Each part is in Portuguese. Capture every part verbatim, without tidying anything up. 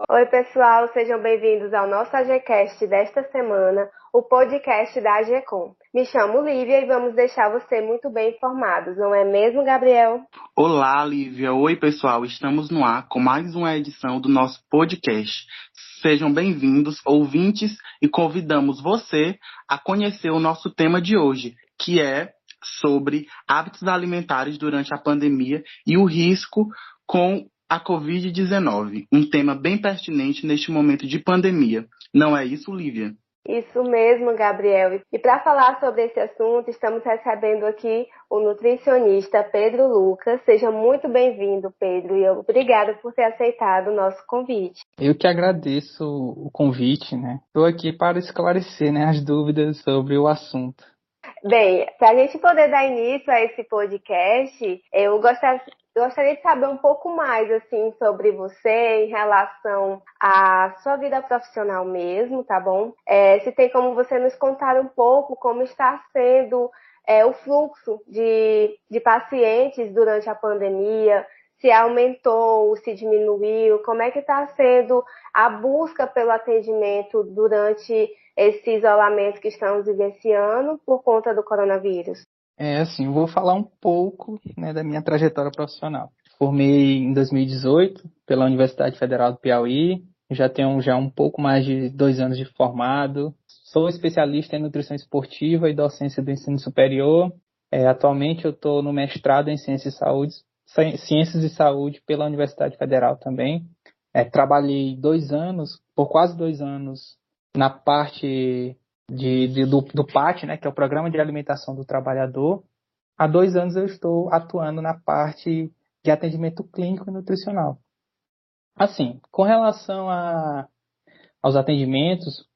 Oi, pessoal, sejam bem-vindos ao nosso AGCast desta semana, o podcast da AGCOM. Me chamo Lívia e vamos deixar você muito bem informados, não é mesmo, Gabriel? Olá, Lívia. Oi, pessoal. Estamos no ar com mais uma edição do nosso podcast. Sejam bem-vindos, ouvintes, e convidamos você a conhecer o nosso tema de hoje, que é sobre hábitos alimentares durante a pandemia e o risco com a covid dezenove, um tema bem pertinente neste momento de pandemia. Não é isso, Lívia? Isso mesmo, Gabriel. E para falar sobre esse assunto, estamos recebendo aqui o nutricionista Pedro Lucas. Seja muito bem-vindo, Pedro, e obrigada por ter aceitado o nosso convite. Eu que agradeço o convite, né? Estou aqui para esclarecer, né, as dúvidas sobre o assunto. Bem, para a gente poder dar início a esse podcast, eu gostaria, gostaria de saber um pouco mais assim sobre você em relação à sua vida profissional mesmo, tá bom? É, se tem como você nos contar um pouco como está sendo é, o fluxo de, de pacientes durante a pandemia, se aumentou, se diminuiu, como é que está sendo a busca pelo atendimento durante esse isolamento que estamos vivenciando por conta do coronavírus? É assim, eu vou falar um pouco, né, da minha trajetória profissional. Formei em dois mil e dezoito pela Universidade Federal do Piauí, já tenho já um pouco mais de dois anos de formado. Sou especialista em nutrição esportiva e docência do ensino superior. É, atualmente eu estou no mestrado em Ciências de Saúde, Ciências de Saúde pela Universidade Federal também. É, trabalhei dois anos, por quase dois anos, na parte de, de, do, do P A T, né, que é o Programa de Alimentação do Trabalhador. Há dois anos eu estou atuando na parte de atendimento clínico e nutricional. Assim, com relação a, aos atendimentos,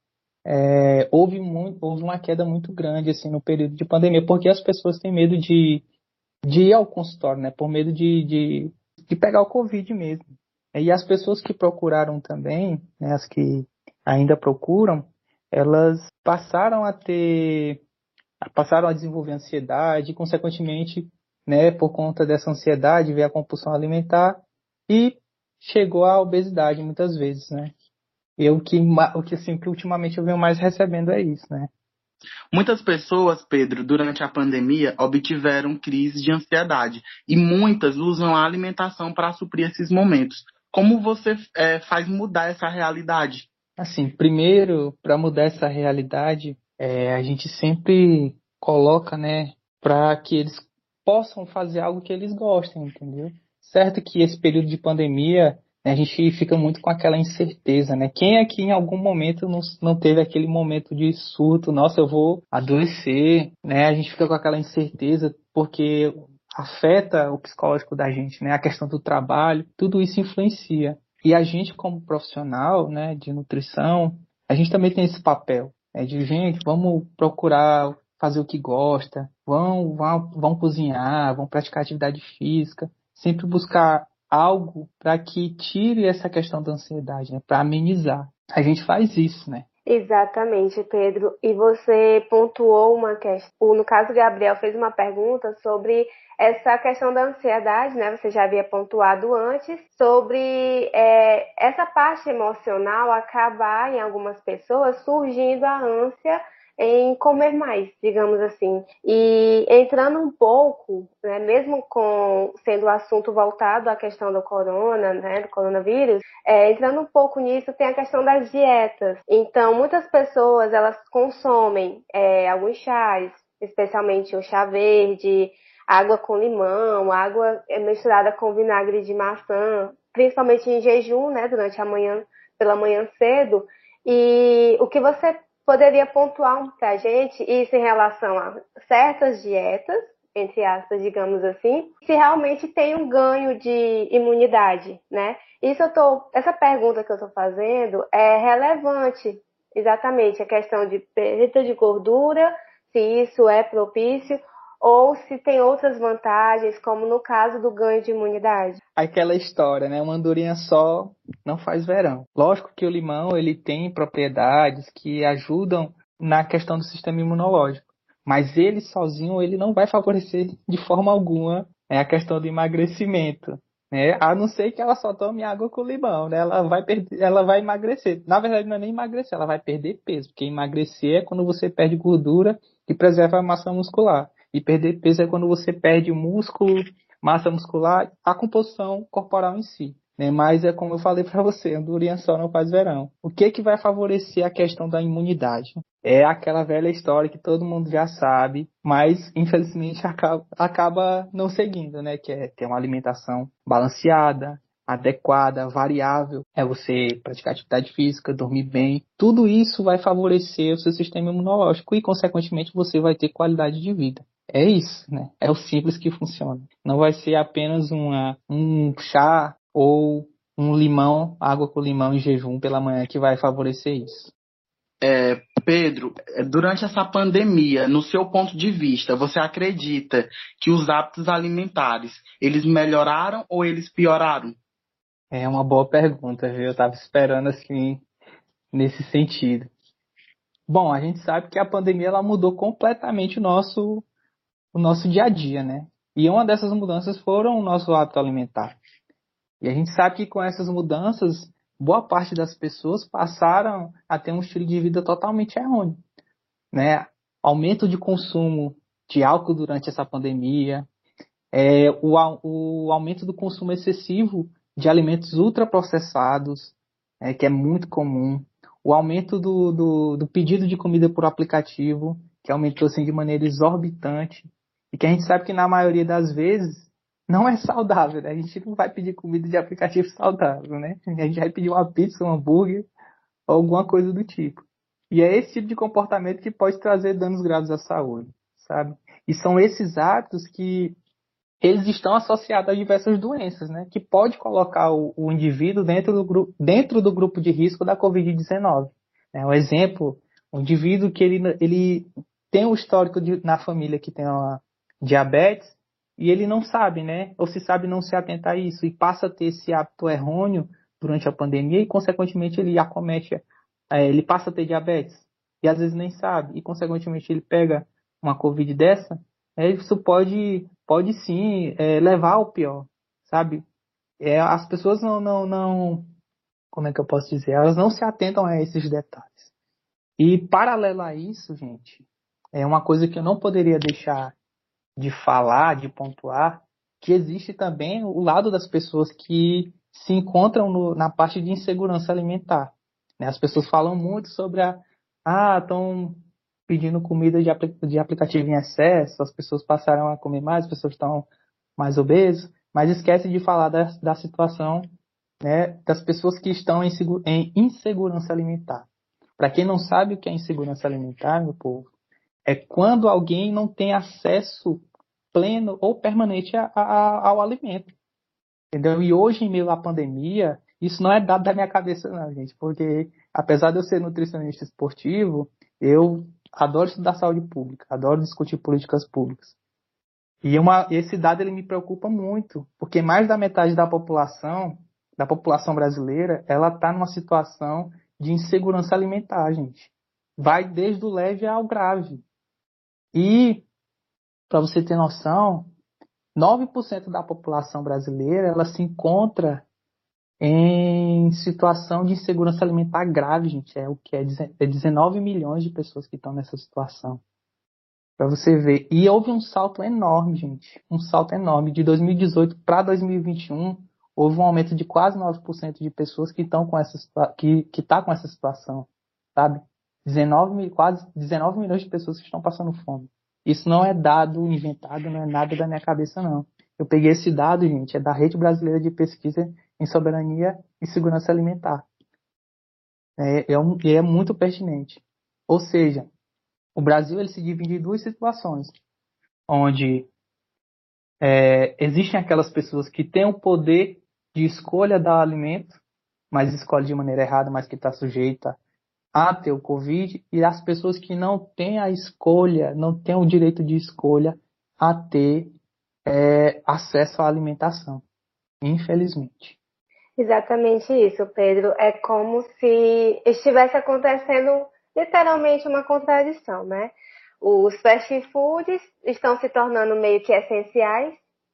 é, houve, muito, houve uma queda muito grande assim, no período de pandemia, porque as pessoas têm medo de, de ir ao consultório, né, por medo de, de, de pegar o Covid mesmo. E as pessoas que procuraram também, né, as que ainda procuram, elas passaram a ter, passaram a desenvolver ansiedade, e, consequentemente, né, por conta dessa ansiedade, veio a compulsão alimentar e chegou à obesidade muitas vezes, né? E o que, o que, assim, que ultimamente eu venho mais recebendo é isso, né? Muitas pessoas, Pedro, durante a pandemia, obtiveram crises de ansiedade e muitas usam a alimentação para suprir esses momentos. Como você é, faz mudar essa realidade? Assim, primeiro, para mudar essa realidade, é, a gente sempre coloca, né, para que eles possam fazer algo que eles gostem, entendeu? Certo que esse período de pandemia, né, a gente fica muito com aquela incerteza, né? Quem aqui em algum momento não, não teve aquele momento de surto, nossa, eu vou adoecer, né? A gente fica com aquela incerteza porque afeta o psicológico da gente, né? A questão do trabalho, tudo isso influencia. E a gente, como profissional, né, de nutrição, a gente também tem esse papel, né, de, gente, vamos procurar fazer o que gosta, vão, vão, vão cozinhar, vão praticar atividade física, sempre buscar algo para que tire essa questão da ansiedade, né, para amenizar. A gente faz isso, né? Exatamente, Pedro. E você pontuou uma questão, no caso, o Gabriel fez uma pergunta sobre essa questão da ansiedade, né? Você já havia pontuado antes, sobre é, essa parte emocional acabar em algumas pessoas surgindo a ânsia em comer mais, digamos assim. E entrando um pouco, né, mesmo com sendo o assunto voltado à questão do corona, né, do coronavírus, é, entrando um pouco nisso, tem a questão das dietas. Então, muitas pessoas, elas consomem é, alguns chás, especialmente o chá verde, água com limão, água misturada com vinagre de maçã, principalmente em jejum, né, durante a manhã, pela manhã cedo. E o que você poderia pontuar para a gente isso em relação a certas dietas, entre aspas, digamos assim, se realmente tem um ganho de imunidade, né? Isso eu tô, essa pergunta que eu estou fazendo é relevante, exatamente, a questão de perda de gordura, se isso é propício, ou se tem outras vantagens, como no caso do ganho de imunidade. Aquela história, né? Uma andorinha só não faz verão. Lógico que o limão ele tem propriedades que ajudam na questão do sistema imunológico, mas ele sozinho ele não vai favorecer de forma alguma, né, a questão do emagrecimento. né? A não ser que ela só tome água com limão, né? Ela vai perder, ela vai emagrecer. Na verdade, não é nem emagrecer, ela vai perder peso, porque emagrecer é quando você perde gordura e preserva a massa muscular. E perder peso é quando você perde músculo, massa muscular, a composição corporal em si. Né? Mas é como eu falei para você, andorinha só não faz verão. O que que vai favorecer a questão da imunidade? É aquela velha história que todo mundo já sabe, mas infelizmente acaba, acaba não seguindo, né? Que é ter uma alimentação balanceada, adequada, variável. É você praticar atividade física, dormir bem. Tudo isso vai favorecer o seu sistema imunológico e, consequentemente, você vai ter qualidade de vida. É isso, né? É o simples que funciona. Não vai ser apenas uma, um chá ou um limão, água com limão em jejum pela manhã que vai favorecer isso. É, Pedro, durante essa pandemia, no seu ponto de vista, você acredita que os hábitos alimentares, eles melhoraram ou eles pioraram? É uma boa pergunta, viu? Eu estava esperando assim, nesse sentido. Bom, a gente sabe que a pandemia ela mudou completamente o nosso, o nosso dia a dia, né? E uma dessas mudanças foram o nosso hábito alimentar. E a gente sabe que com essas mudanças, boa parte das pessoas passaram a ter um estilo de vida totalmente errôneo, né? Aumento de consumo de álcool durante essa pandemia, é, o, o aumento do consumo excessivo de alimentos ultraprocessados, é, que é muito comum, o aumento do, do, do pedido de comida por aplicativo, que aumentou assim, de maneira exorbitante, e que a gente sabe que na maioria das vezes não é saudável, né? A gente não vai pedir comida de aplicativo saudável, né? A gente vai pedir uma pizza, um hambúrguer, ou alguma coisa do tipo. E é esse tipo de comportamento que pode trazer danos graves à saúde, sabe? E são esses hábitos que eles estão associados a diversas doenças, né? Que pode colocar o, o indivíduo dentro do, grupo, dentro do grupo de risco da covid dezenove. Né? Um exemplo, um indivíduo que ele, ele tem um histórico de, na família que tem uma diabetes e ele não sabe, né? Ou se sabe não se atentar a isso e passa a ter esse hábito errôneo durante a pandemia e, consequentemente, ele acomete, é, ele passa a ter diabetes e às vezes nem sabe e, consequentemente, ele pega uma Covid dessa, é, isso pode pode sim é, levar ao pior, sabe? É, as pessoas não, não, não, como é que eu posso dizer? Elas não se atentam a esses detalhes. E paralelo a isso, gente, é uma coisa que eu não poderia deixar de falar, de pontuar, que existe também o lado das pessoas que se encontram no, na parte de insegurança alimentar. Né? As pessoas falam muito sobre a, ah, estão pedindo comida de, apl- de aplicativo em excesso, as pessoas passaram a comer mais, as pessoas estão mais obesas, mas esquece de falar da, da situação, né, das pessoas que estão em, segu- em insegurança alimentar. Para quem não sabe o que é insegurança alimentar, meu povo, é quando alguém não tem acesso pleno ou permanente a, a, ao alimento. Entendeu? E hoje, em meio à pandemia, isso não é dado da minha cabeça, não, gente, porque apesar de eu ser nutricionista esportivo, eu adoro estudar saúde pública, adoro discutir políticas públicas. E uma, esse dado ele me preocupa muito, porque mais da metade da população, da população brasileira, ela está numa situação de insegurança alimentar, gente. Vai desde o leve ao grave. E, para você ter noção, nove por cento da população brasileira ela se encontra em situação de insegurança alimentar grave, gente. É o que é, é dezenove milhões de pessoas que estão nessa situação. Para você ver. E houve um salto enorme, gente. Um salto enorme. De dois mil e dezoito para dois mil e vinte e um, houve um aumento de quase nove por cento de pessoas que estão com essa que que tá com essa situação, sabe? dezenove, quase dezenove milhões de pessoas que estão passando fome. Isso não é dado inventado, não é nada da minha cabeça, não. Eu peguei esse dado, gente, é da Rede Brasileira de Pesquisa em Soberania e Segurança Alimentar. É, é, um, é muito pertinente. Ou seja, o Brasil ele se divide em duas situações, onde é, existem aquelas pessoas que têm o poder de escolha do alimento, mas escolhe de maneira errada, mas que está sujeita a ter o Covid, e as pessoas que não têm a escolha, não têm o direito de escolha a ter é, acesso à alimentação, infelizmente. Exatamente isso, Pedro. É como se estivesse acontecendo literalmente uma contradição, né? Os fast foods estão se tornando meio que essenciais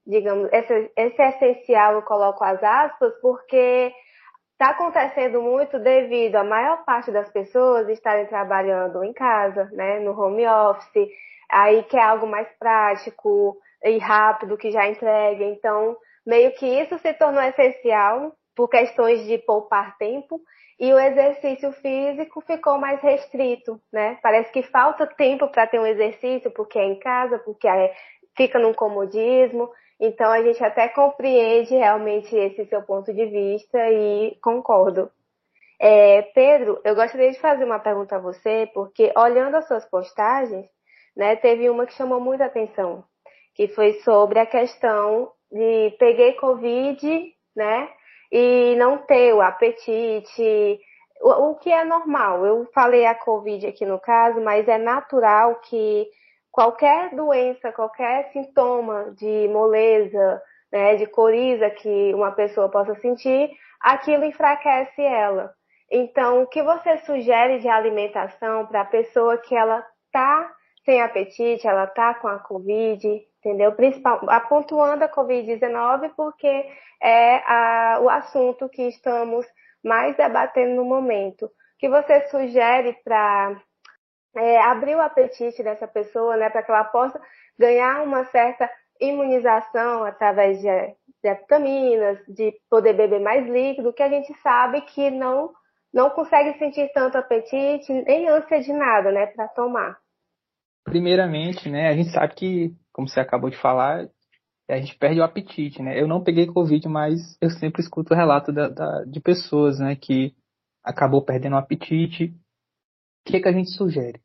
digamos, esse, esse essencial eu coloco as aspas, porque está acontecendo muito devido à maior parte das pessoas estarem trabalhando em casa, né, no home office, aí que é algo mais prático e rápido, que já entrega. Então, meio que isso se tornou essencial por questões de poupar tempo, e o exercício físico ficou mais restrito, né? Parece que falta tempo para ter um exercício, porque é em casa, porque é, fica num comodismo. Então, a gente até compreende realmente esse seu ponto de vista e concordo. É, Pedro, eu gostaria de fazer uma pergunta a você, porque olhando as suas postagens, né, teve uma que chamou muita atenção, que foi sobre a questão de peguei Covid, né, e não ter o apetite, o, o que é normal. Eu falei a Covid aqui no caso, mas é natural que qualquer doença, qualquer sintoma de moleza, né, de coriza que uma pessoa possa sentir, aquilo enfraquece ela. Então, o que você sugere de alimentação para a pessoa que ela tá sem apetite, ela tá com a Covid, entendeu? Principal, apontuando a covid dezenove, porque é a, o assunto que estamos mais debatendo no momento. O que você sugere para é, abrir o apetite dessa pessoa, né, para que ela possa ganhar uma certa imunização através de, de vitaminas, de poder beber mais líquido, que a gente sabe que não, não consegue sentir tanto apetite, nem ânsia de nada, né, para tomar. Primeiramente, né, a gente sabe que, como você acabou de falar, a gente perde o apetite, né? Eu não peguei Covid, mas eu sempre escuto o relato da, da, de pessoas, né, que acabou perdendo o apetite. O que é que a gente sugere?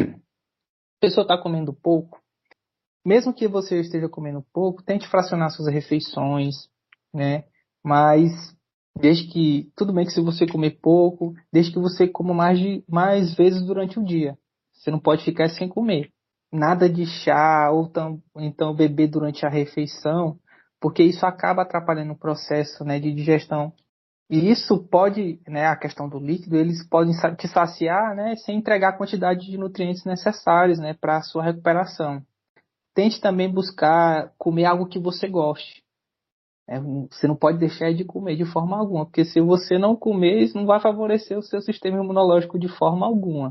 A pessoa está comendo pouco, mesmo que você esteja comendo pouco, tente fracionar suas refeições, né? Mas desde que, tudo bem que se você comer pouco, desde que você coma mais, de, mais vezes durante o dia. Você não pode ficar sem comer. Nada de chá ou tão, então beber durante a refeição, porque isso acaba atrapalhando o processo, né, de digestão. E isso pode, né, a questão do líquido, eles podem te saciar, né, sem entregar a quantidade de nutrientes necessários, né, para a sua recuperação. Tente também buscar comer algo que você goste. É, você não pode deixar de comer de forma alguma, porque se você não comer, isso não vai favorecer o seu sistema imunológico de forma alguma.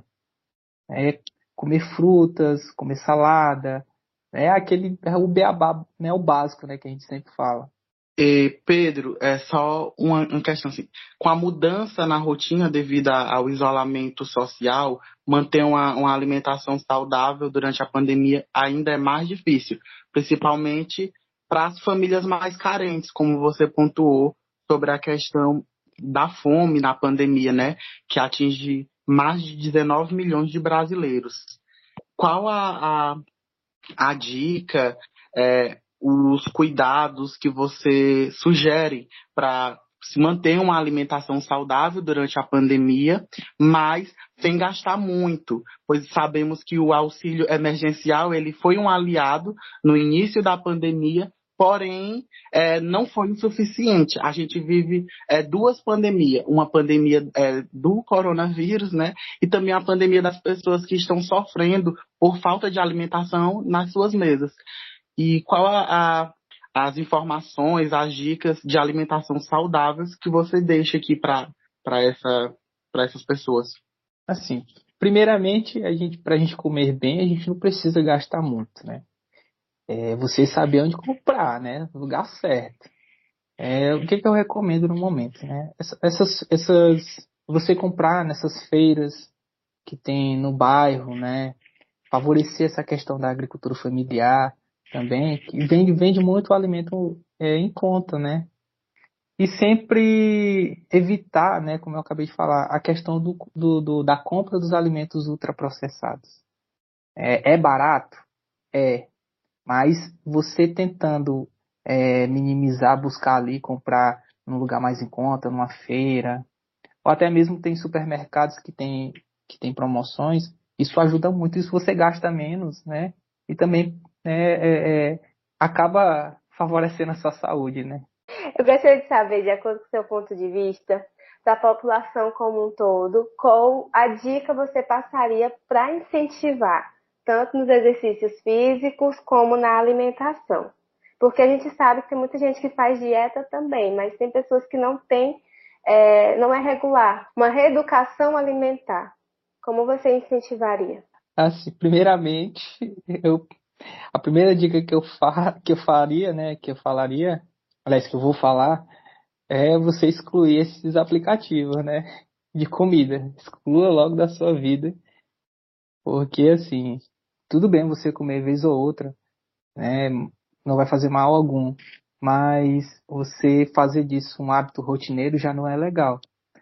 É, comer frutas, comer salada, é aquele é o beabá, né, o básico, né, que a gente sempre fala. E, Pedro, é só uma, uma questão assim. Com a mudança na rotina devido ao isolamento social, manter uma, uma alimentação saudável durante a pandemia ainda é mais difícil, principalmente para as famílias mais carentes, como você pontuou sobre a questão da fome na pandemia, né, que atinge mais de dezenove milhões de brasileiros. Qual a, a, a dica, é, os cuidados que você sugere para se manter uma alimentação saudável durante a pandemia, mas sem gastar muito, pois sabemos que o auxílio emergencial ele foi um aliado no início da pandemia, porém é, não foi o suficiente. A gente vive é, duas pandemias, uma pandemia é, do coronavírus, né, e também a pandemia das pessoas que estão sofrendo por falta de alimentação nas suas mesas. E qual a, a, as informações, as dicas de alimentação saudáveis que você deixa aqui para essa, para essas pessoas? Assim, primeiramente, a gente, para a gente comer bem, a gente não precisa gastar muito, né? É você saber onde comprar, né? No lugar certo. É, o que, que eu recomendo no momento, né? Essas, essas, você comprar nessas feiras que tem no bairro, né? Favorecer essa questão da agricultura familiar também, que vende, vende muito o alimento é, em conta, né? E sempre evitar, né, como eu acabei de falar, a questão do, do, do da compra dos alimentos ultraprocessados. É, é barato? É. Mas você tentando é, minimizar, buscar ali, comprar num lugar mais em conta, numa feira, ou até mesmo tem supermercados que tem, que tem promoções, isso ajuda muito, isso você gasta menos, né? E também né, é, é, acaba favorecendo a sua saúde, né? Eu gostaria de saber, de acordo com o seu ponto de vista, da população como um todo, qual a dica você passaria para incentivar, tanto nos exercícios físicos como na alimentação? Porque a gente sabe que tem muita gente que faz dieta também, mas tem pessoas que não têm, é, não é regular. Uma reeducação alimentar, como você incentivaria? Assim, primeiramente, eu, a primeira dica que eu, fa, que eu faria, né, que eu falaria, aliás, que eu vou falar, é você excluir esses aplicativos, né, de comida. Exclua logo da sua vida, porque, assim, tudo bem você comer vez ou outra, né, não vai fazer mal algum, mas você fazer disso um hábito rotineiro já não é legal.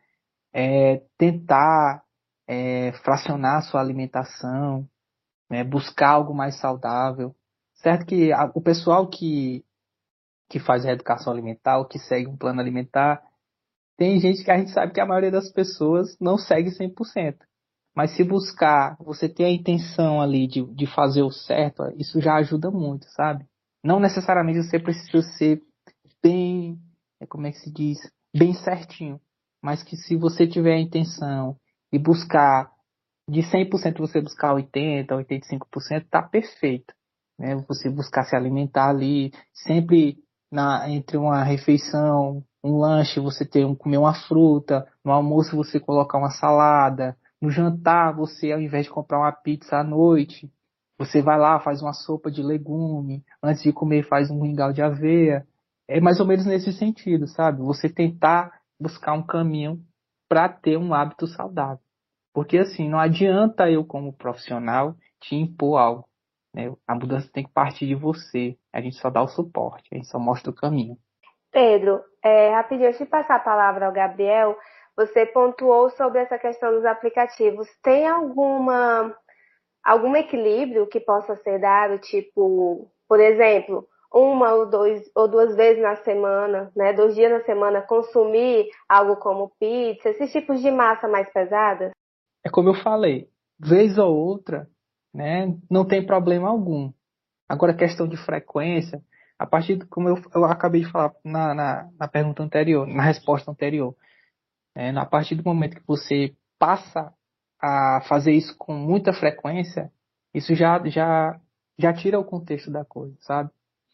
É tentar é, fracionar a sua alimentação, né, buscar algo mais saudável. Certo que a, o pessoal que, que faz reeducação alimentar, ou que segue um plano alimentar, tem gente que a gente sabe que a maioria das pessoas não segue cem por cento. Mas se buscar, você ter a intenção ali de, de fazer o certo, isso já ajuda muito, sabe? Não necessariamente você precisa ser bem, é, como é que se diz, bem certinho. Mas que se você tiver a intenção e buscar de cem por cento você buscar oitenta por cento, oitenta e cinco por cento, tá perfeito. Né? Você buscar se alimentar ali, sempre na, entre uma refeição, um lanche, você ter um, comer uma fruta, no almoço você colocar uma salada, no jantar você, ao invés de comprar uma pizza à noite, você vai lá, faz uma sopa de legume, antes de comer faz um mingau de aveia. É mais ou menos nesse sentido, sabe? Você tentar buscar um caminho para ter um hábito saudável. Porque assim, não adianta eu como profissional te impor algo, né? A mudança tem que partir de você. A gente só dá o suporte, a gente só mostra o caminho. Pedro, é, rapidinho, antes de passar a palavra ao Gabriel, você pontuou sobre essa questão dos aplicativos. Tem alguma, algum equilíbrio que possa ser dado, tipo, por exemplo, uma ou, dois, ou duas vezes na semana, né, dois dias na semana, consumir algo como pizza, esses tipos de massa mais pesada? É como eu falei, vez ou outra, né, não tem problema algum. Agora, questão de frequência, a partir do, como eu, eu acabei de falar na, na, na pergunta anterior, na resposta anterior, né, a partir do momento que você passa a fazer isso com muita frequência, isso já, já, já tira o contexto da coisa, sabe?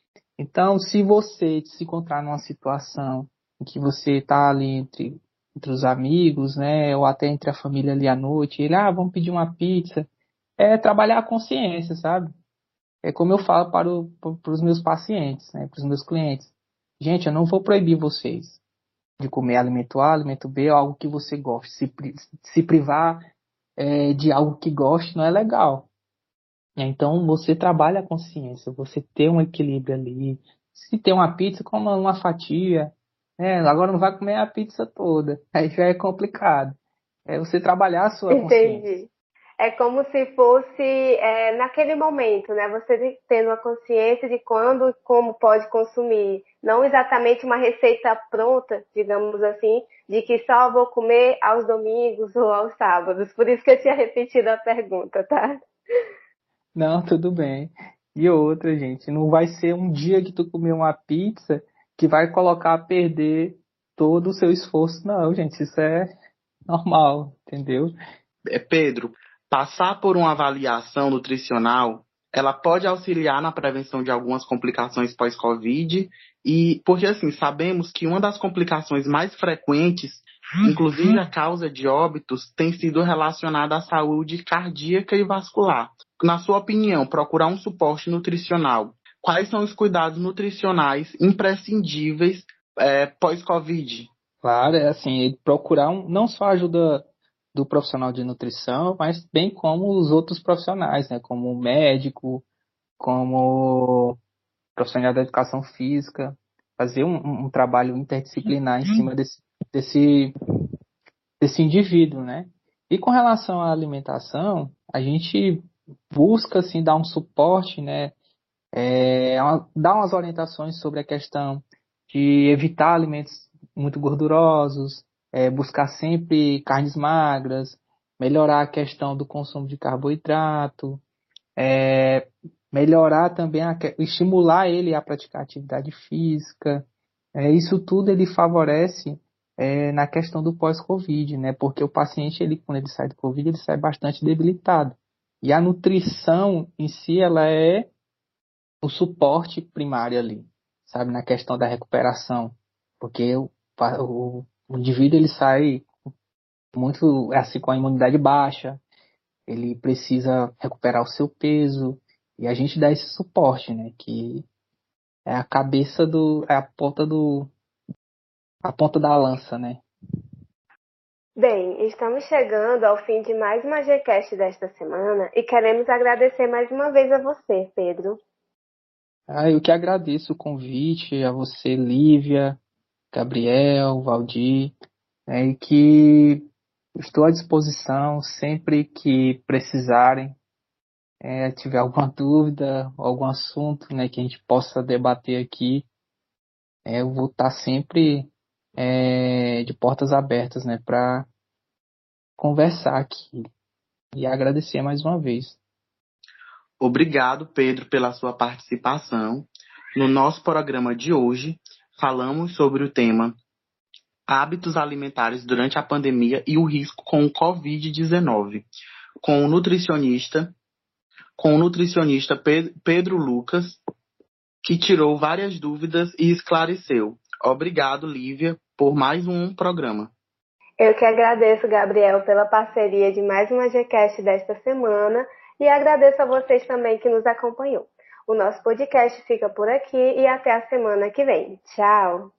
Então, se você se encontrar numa situação em que você está ali entre, entre os amigos, né, ou até entre a família ali à noite, ele, ah, vamos pedir uma pizza, é trabalhar a consciência, sabe? É como eu falo para, o, para os meus pacientes, né, para os meus clientes. Gente, eu não vou proibir vocês de comer alimento A, alimento B, ou algo que você goste. Se, se privar é, de algo que goste não é legal. Então, você trabalha a consciência, você tem um equilíbrio ali. Se tem uma pizza, coma uma fatia. Né? Agora não vai comer a pizza toda. Aí já é complicado. É você trabalhar a sua consciência. Entendi. É como se fosse é, naquele momento, né? Você tendo a consciência de quando e como pode consumir. Não exatamente uma receita pronta, digamos assim, de que só vou comer aos domingos ou aos sábados. Por isso que eu tinha repetido a pergunta, tá? Não, tudo bem. E outra, gente, não vai ser um dia que tu comer uma pizza que vai colocar a perder todo o seu esforço. Não, gente, isso é normal, entendeu? É, Pedro, passar por uma avaliação nutricional, ela pode auxiliar na prevenção de algumas complicações pós-Covid, e porque assim, sabemos que uma das complicações mais frequentes, inclusive a causa de óbitos, tem sido relacionada à saúde cardíaca e vascular. Na sua opinião, procurar um suporte nutricional, quais são os cuidados nutricionais imprescindíveis é, pós-Covid? Claro, é assim, procurar um, não só ajuda do profissional de nutrição, mas bem como os outros profissionais, né? Como o médico, como profissional da educação física, fazer um, um um trabalho interdisciplinar em cima desse, desse, desse indivíduo, né? E com relação à alimentação, a gente busca, assim, dar um suporte, né? É, uma- dar umas orientações sobre a questão de evitar alimentos muito gordurosos, é, buscar sempre carnes magras, melhorar a questão do consumo de carboidrato, é, melhorar também, a, que- estimular ele a praticar atividade física. É, isso tudo ele favorece é, na questão do pós-Covid, né? Porque o paciente, ele, quando ele sai do Covid, ele sai bastante debilitado. E a nutrição em si, ela é o suporte primário ali. sabe, na questão da recuperação, porque o, o, o indivíduo ele sai muito assim com a imunidade baixa, ele precisa recuperar o seu peso e a gente dá esse suporte, né, que é a cabeça do, é a ponta do, a ponta da lança, né. Bem, estamos chegando ao fim de mais uma Gcast desta semana e queremos agradecer mais uma vez a você, Pedro. Ah, eu que agradeço o convite, a você, Lívia, Gabriel, Valdir, né, e que estou à disposição sempre que precisarem, é, tiver alguma dúvida, algum assunto, né, que a gente possa debater aqui, é, eu vou estar sempre é, de portas abertas, né, para conversar aqui e agradecer mais uma vez. Obrigado, Pedro, pela sua participação. No nosso programa de hoje, falamos sobre o tema hábitos alimentares durante a pandemia e o risco com o covid dezenove, com o nutricionista, com o nutricionista Pedro Lucas, que tirou várias dúvidas e esclareceu. Obrigado, Lívia, por mais um programa. Eu que agradeço, Gabriel, pela parceria de mais uma Gcast desta semana e agradeço a vocês também que nos acompanhou. O nosso podcast fica por aqui e até a semana que vem. Tchau!